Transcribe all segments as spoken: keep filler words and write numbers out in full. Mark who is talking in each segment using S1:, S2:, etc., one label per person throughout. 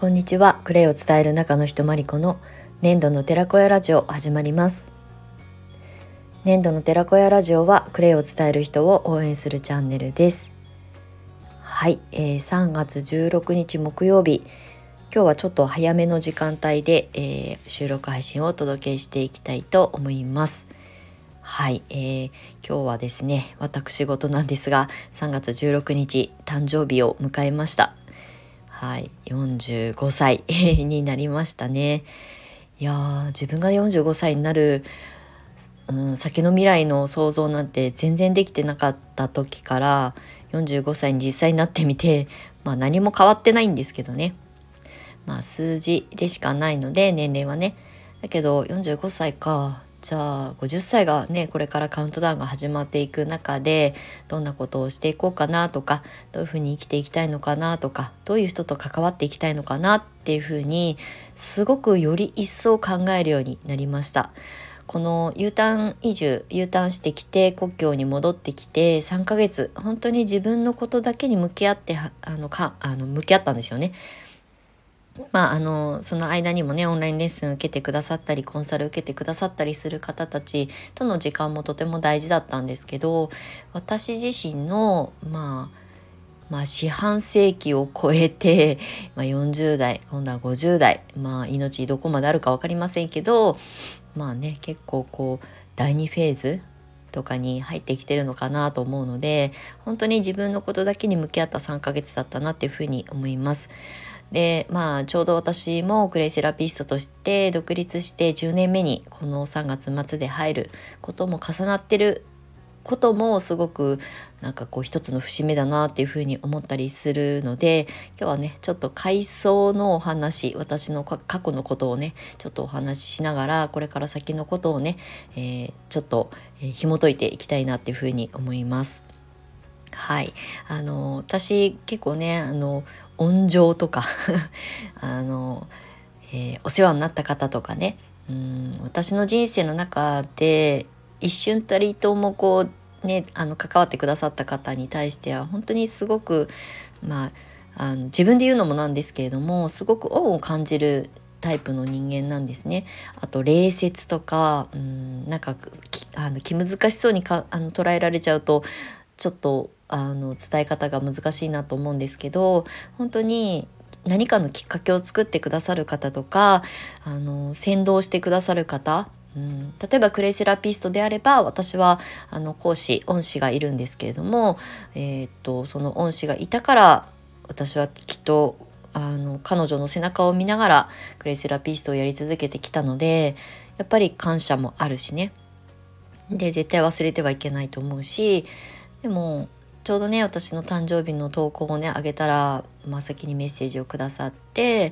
S1: こんにちは。クレイを伝える中の人まりこの粘土の寺子屋ラジオ始まります。粘土の寺子屋ラジオはクレイを伝える人を応援するチャンネルです。はい、えー、さんがつじゅうろくにち木曜日、今日はちょっと早めの時間帯で、えー、収録配信をお届けしていきたいと思います。はい、えー、今日はですね、私事なんですがさんがつじゅうろくにち誕生日を迎えました。はい、よんじゅうごさいになりましたね。いやー、自分がよんじゅうごさいになる、うん、先の未来の想像なんて全然できてなかった時からよんじゅうごさいに実際になってみて、まあ何も変わってないんですけどね。まあ数字でしかないので年齢はね。だけどよんじゅうごさいか。じゃあごじゅっさいがね、これからカウントダウンが始まっていく中でどんなことをしていこうかなとか、どういうふうに生きていきたいのかなとか、どういう人と関わっていきたいのかなっていうふうにすごくより一層考えるようになりました。この U ターン移住 U ターンしてきて故郷に戻ってきてさんかげつ、本当に自分のことだけに向き合ってあのかあの向き合ったんですよね。まあ、あのその間にもね、オンラインレッスン受けてくださったりコンサル受けてくださったりする方たちとの時間もとても大事だったんですけど、私自身のまあまあ四半世紀を超えて、まあ、よんじゅうだい今度はごじゅうだい、まあ命どこまであるか分かりませんけど、まあね、結構こうだいにフェーズとかに入ってきてるのかなと思うので、本当に自分のことだけに向き合ったさんかげつだったなっていうふうに思います。で、まあちょうど私もクレイセラピストとして独立してじゅうねんめにこのさんがつ末で入ることも重なってることもすごくなんかこう一つの節目だなっていうふうに思ったりするので、今日はねちょっと回想のお話、私の過去のことをねちょっとお話ししながら、これから先のことをね、えー、ちょっと、えー、紐解いていきたいなっていうふうに思います。はい、あの私結構ね、あの恩情とかあの、えー、お世話になった方とかね、うん、私の人生の中で一瞬たりともこうね、あの関わってくださった方に対しては本当にすごく、まあ、あの自分で言うのもなんですけれども、すごく恩を感じるタイプの人間なんですね。あと礼節とか、うん、なんかきあの気難しそうにかあの捉えられちゃうとちょっとあの伝え方が難しいなと思うんですけど、本当に何かのきっかけを作ってくださる方とか、あの先導してくださる方、うん、例えばクレイセラピストであれば、私はあの講師恩師がいるんですけれども、えー、っとその恩師がいたから私はきっとあの彼女の背中を見ながらクレイセラピストをやり続けてきたので、やっぱり感謝もあるしね。で絶対忘れてはいけないと思うし、でもちょうどね、私の誕生日の投稿をねあげたら、まあ、先にメッセージをくださって、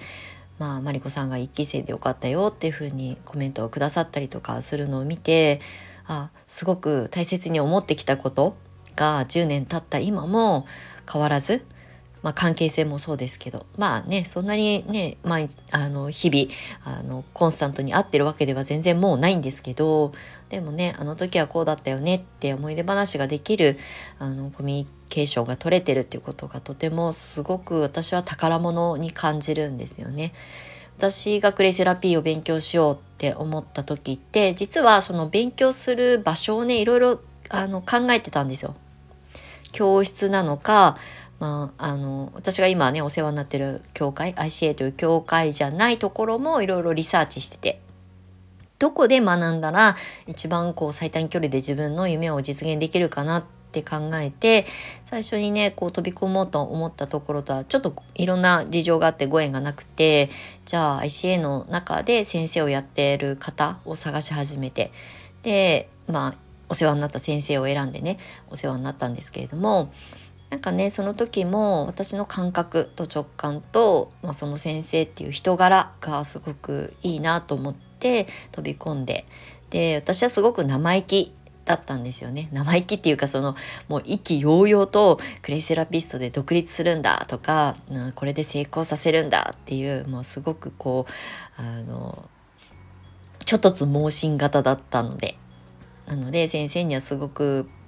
S1: まあ、マリコさんが一期生でよかったよっていう風にコメントをくださったりとかするのを見て、あ、すごく大切に思ってきたことがじゅうねん経った今も変わらず、まあ、関係性もそうですけど、まあね、そんなにね、まあ、あの日々あのコンスタントに会ってるわけでは全然もうないんですけど、でもね、あの時はこうだったよねって思い出話ができる、あのコミュニケーションが取れてるっていうことがとてもすごく私は宝物に感じるんですよね。私がクレイセラピーを勉強しようって思った時って、実はその勉強する場所をねいろいろあの考えてたんですよ。教室なのか、まあ、あの私が今ねお世話になってる教会 アイシーエー という教会じゃないところもいろいろリサーチしてて、どこで学んだら一番こう最短距離で自分の夢を実現できるかなって考えて、最初にねこう飛び込もうと思ったところとはちょっといろんな事情があってご縁がなくて、じゃあ アイシーエー の中で先生をやっている方を探し始めて、でまあお世話になった先生を選んでねお世話になったんですけれども、なんかねその時も私の感覚と直感と、まあ、その先生っていう人柄がすごくいいなと思って飛び込んで、で私はすごく生意気だったんですよね。生意気っていうか、そのもう意気揚々とクレイセラピストで独立するんだとか、うん、これで成功させるんだっていう、もうすごくこうあのちょっとつ盲信型だったので、なので先生にはすごく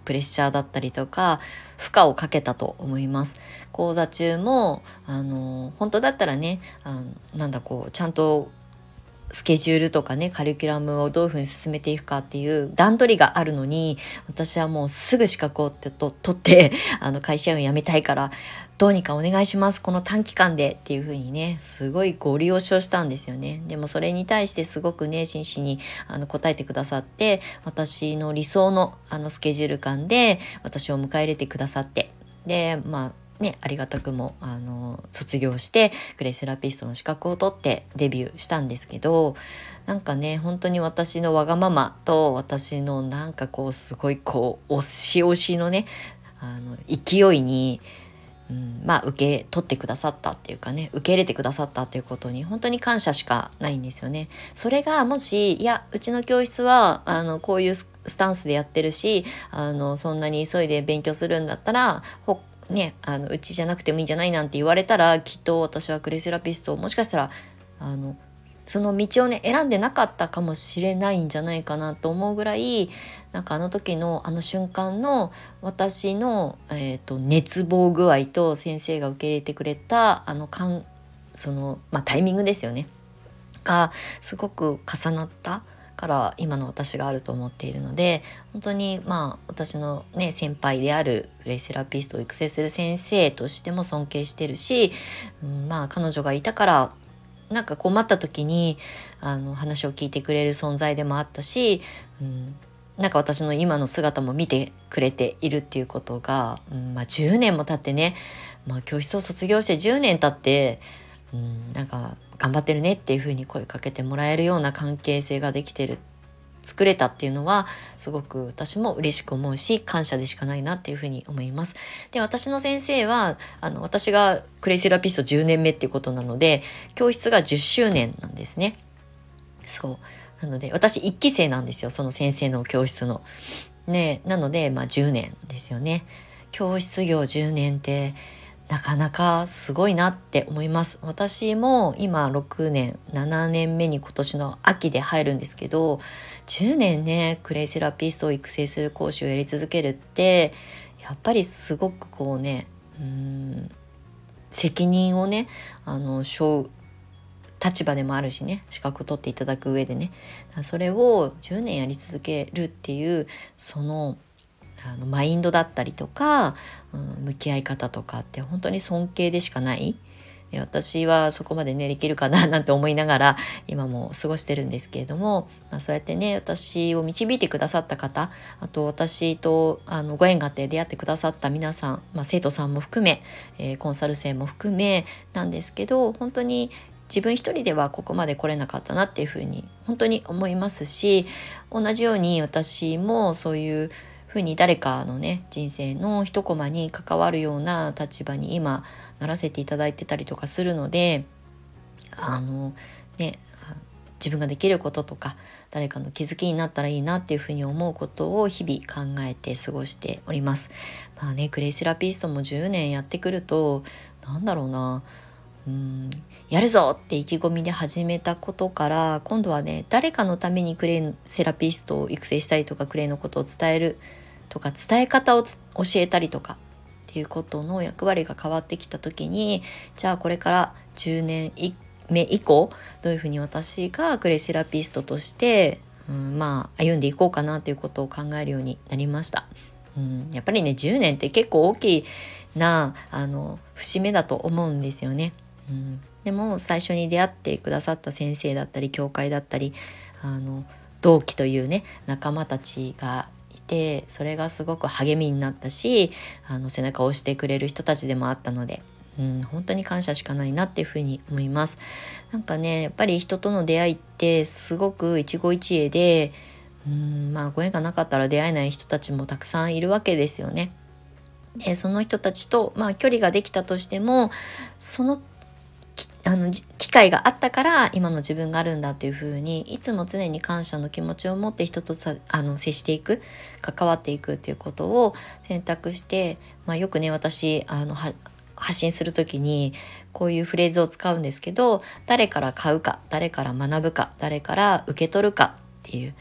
S1: プレッシャーだったりとか負荷をかけたと思います。講座中もあの本当だったらね、あのなんだこうちゃんとスケジュールとかね、カリキュラムをどういうふうに進めていくかっていう段取りがあるのに、私はもうすぐ資格をってと取ってあの会社員を辞めたいからどうにかお願いします、この短期間でっていうふうにね、すごいご利用しをしたんですよね。でもそれに対してすごくね、真摯にあの答えてくださって、私の理想のあのスケジュール感で私を迎え入れてくださって、でまあね、ありがたくもあの卒業してクレイセラピストの資格を取ってデビューしたんですけど、なんかね、本当に私のわがままと私のなんかこうすごいこう押し押しのね、あの勢いに、うん、まあ受け取ってくださったっていうかね、受け入れてくださったっていうことに本当に感謝しかないんですよね。それがもし、いやうちの教室はあのこういうスタンスでやってるし、あのそんなに急いで勉強するんだったらほね、あのうちじゃなくてもいいんじゃないなんて言われたら、きっと私はクレイセラピストをもしかしたらあのその道をね選んでなかったかもしれないんじゃないかなと思うぐらい、なんかあの時のあの瞬間の私の、えーと、熱望具合と先生が受け入れてくれたあのかんその、まあ、タイミングですよねがすごく重なったから今の私があると思っているので、本当にまあ私のね先輩であるクレイセラピストを育成する先生としても尊敬してるし、うん、まあ彼女がいたからなんか困った時にあの話を聞いてくれる存在でもあったし、うん、なんか私の今の姿も見てくれているっていうことが、うんまあ、じゅうねんも経ってね、まあ、教室を卒業してじゅうねん経って、うん、なんか頑張ってるねっていう風に声かけてもらえるような関係性ができてる作れたっていうのはすごく私も嬉しく思うし、感謝でしかないなっていうふうに思います。で、私の先生はあの私がクレイセラピストじゅうねんめっていうことなので、教室がじゅっしゅうねんなんですね。そうなので私いっき生なんですよ、その先生の教室のね。なのでまあじゅうねんですよね。教室業じゅうねんってなかなかすごいなって思います。私も今ろくねんななねんめに今年の秋で入るんですけど、じゅうねんねクレイセラピストを育成する講師をやり続けるってやっぱりすごくこうね、うーん責任をねあの背負う立場でもあるしね、資格を取っていただく上でね、それをじゅうねんやり続けるっていうそのあのマインドだったりとか、うん、向き合い方とかって本当に尊敬でしかない。で、私はそこまでねできるかななんて思いながら今も過ごしてるんですけれども、まあ、そうやってね私を導いてくださった方、あと私とあのご縁があって出会ってくださった皆さん、まあ、生徒さんも含め、えー、コンサル生も含めなんですけど、本当に自分一人ではここまで来れなかったなっていうふうに本当に思いますし、同じように私もそういうふうに誰かのね人生の一コマに関わるような立場に今ならせていただいてたりとかするので、あのね自分ができることとか誰かの気づきになったらいいなっていうふうに思うことを日々考えて過ごしております。まあね、クレイセラピストもじゅうねんやってくるとなんだろうな、うんやるぞって意気込みで始めたことから、今度はね誰かのためにクレイセラピストを育成したりとか、クレイのことを伝えるとか伝え方を教えたりとかっていうことの役割が変わってきた時に、じゃあこれからじゅうねんめ以降どういうふうに私がクレイセラピストとして、うん、まあ歩んでいこうかなということを考えるようになりました。うん、やっぱりねじゅうねんって結構大きなあの節目だと思うんですよね。うん、でも最初に出会ってくださった先生だったり教会だったりあの同期というね仲間たちがいて、それがすごく励みになったし、あの背中を押してくれる人たちでもあったので、うん、本当に感謝しかないなっていうふうに思います。なんかねやっぱり人との出会いってすごく一期一会で、うんまあご縁がなかったら出会えない人たちもたくさんいるわけですよね。でその人たちと、まあ、距離ができたとしてもそのあの機会があったから今の自分があるんだっていう風にいつも常に感謝の気持ちを持って人とさあの接していく、関わっていくっていうことを選択して、まあ、よくね私あのは発信するときにこういうフレーズを使うんですけど、誰から買うか誰から学ぶか誰から受け取るかっていう、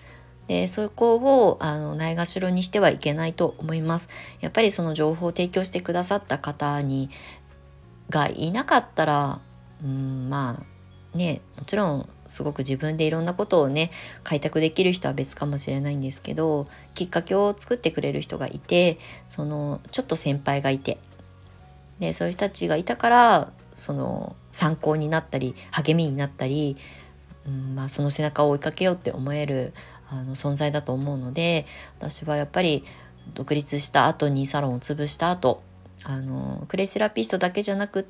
S1: でそこをあのないがしろにしてはいけないと思います。やっぱりその情報を提供してくださった方にがいなかったら、うん、まあね、もちろんすごく自分でいろんなことをね開拓できる人は別かもしれないんですけど、きっかけを作ってくれる人がいて、そのちょっと先輩がいて、でそういう人たちがいたからその参考になったり励みになったり、うんまあ、その背中を追いかけようって思えるあの存在だと思うので、私はやっぱり独立した後にサロンを潰した後、あのクレイセラピストだけじゃなくって、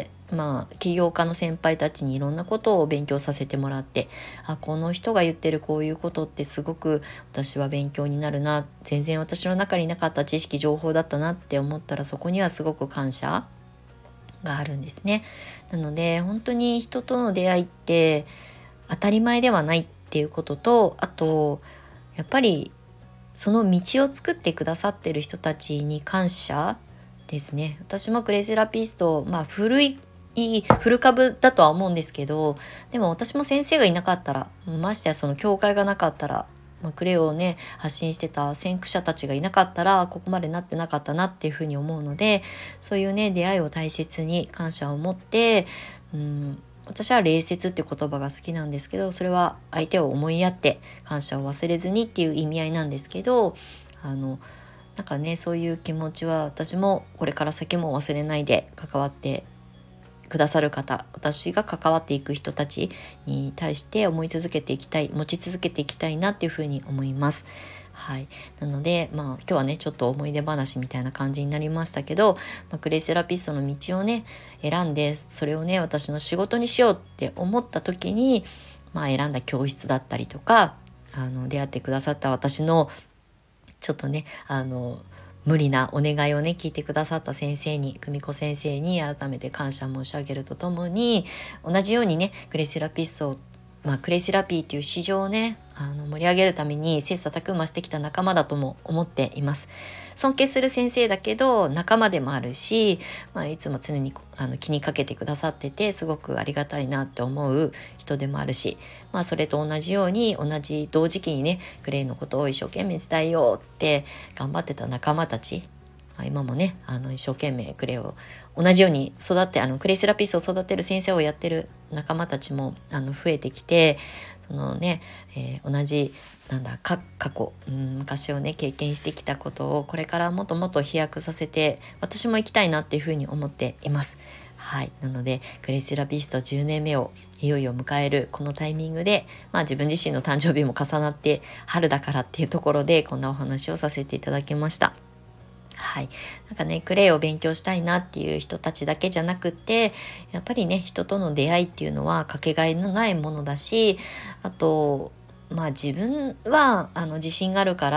S1: まあ、起業家の先輩たちにいろんなことを勉強させてもらって、あこの人が言ってるこういうことってすごく私は勉強になるな、全然私の中になかった知識情報だったなって思ったら、そこにはすごく感謝があるんですね。なので本当に人との出会いって当たり前ではないっていうことと、あとやっぱりその道を作ってくださってる人たちに感謝ですね。私もクレイセラピスト、まあ古い古株だとは思うんですけど、でも私も先生がいなかったら、ましてやその教会がなかったら、まあ、クレイをね発信してた先駆者たちがいなかったらここまでなってなかったなっていうふうに思うので、そういうね出会いを大切に感謝を持って、うん私は礼節って言葉が好きなんですけど、それは相手を思いやって感謝を忘れずにっていう意味合いなんですけど、あのなんかねそういう気持ちは私もこれから先も忘れないで関わってくださる方、私が関わっていく人たちに対して思い続けていきたい、持ち続けていきたいなっていうふうに思います。はい、なので、まあ、今日はねちょっと思い出話みたいな感じになりましたけど、まあ、クレイセラピストの道をね選んで、それをね私の仕事にしようって思った時に、まあ、選んだ教室だったりとか、あの出会ってくださった私のちょっとねあの無理なお願いをね聞いてくださった先生に、久美子先生に改めて感謝申し上げるとともに、同じようにねクレイセラピストをまあ、クレイセラピーっていう市場をねあの盛り上げるために切磋琢磨してきた仲間だとも思っています。尊敬する先生だけど仲間でもあるし、まあ、いつも常にあの気にかけてくださっててすごくありがたいなって思う人でもあるし、まあ、それと同じように同じ同時期にねクレイのことを一生懸命伝えようって頑張ってた仲間たち、まあ、今もねあの一生懸命クレイを同じように育って、あのクレイセラピストを育てる先生をやってる仲間たちもあの増えてきて、そのね、えー、同じなんだか過去、うん、昔をね経験してきたことをこれからもっともっと飛躍させて私も行きたいなっていうふうに思っています。はい、なのでクレイセラピストじゅうねんめをいよいよ迎えるこのタイミングで、まあ、自分自身の誕生日も重なって春だからっていうところでこんなお話をさせていただきました。はい、なんかねクレイを勉強したいなっていう人たちだけじゃなくて、やっぱりね人との出会いっていうのはかけがえのないものだし、あとまあ自分はあの自信があるから、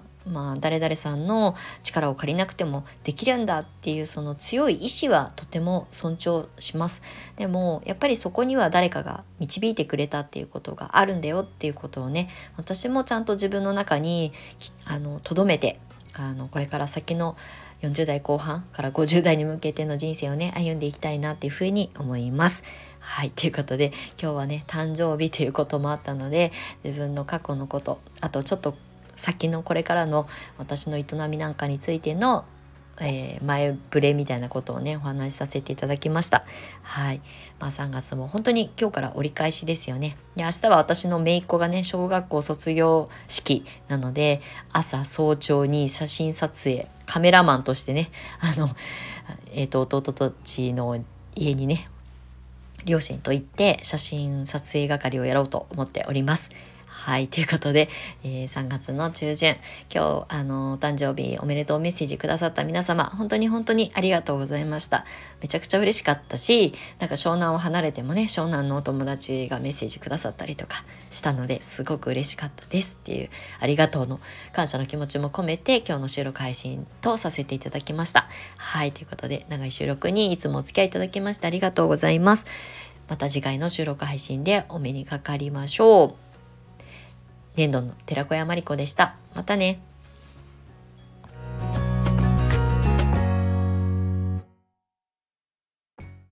S1: まあ、誰々さんの力を借りなくてもできるんだっていうその強い意志はとても尊重します。でもやっぱりそこには誰かが導いてくれたっていうことがあるんだよっていうことをね、私もちゃんと自分の中にあの留めて、あのこれから先のよんじゅう代後半からごじゅう代に向けての人生をね歩んでいきたいなっていうふうに思います。はい、ということで今日はね誕生日ということもあったので、自分の過去のこと、あとちょっと先のこれからの私の営みなんかについてのえー、前触れみたいなことをねお話しさせていただきました。はい、まあ、さんがつも本当に今日から折り返しですよね。で明日は私の姪っ子がね小学校卒業式なので、朝早朝に写真撮影カメラマンとしてねあの、えー、と弟たちの家にね両親と行って写真撮影係をやろうと思っております。はい、ということで、えー、さんがつの中旬、今日あのお誕生日おめでとうメッセージくださった皆様、本当に本当にありがとうございました。めちゃくちゃ嬉しかったし、なんか湘南を離れてもね湘南のお友達がメッセージくださったりとかしたので、すごく嬉しかったですっていうありがとうの感謝の気持ちも込めて今日の収録配信とさせていただきました。はい、ということで長い収録にいつもお付き合いいただきましてありがとうございます。また次回の収録配信でお目にかかりましょう。年度の寺子屋まりこでした。またね。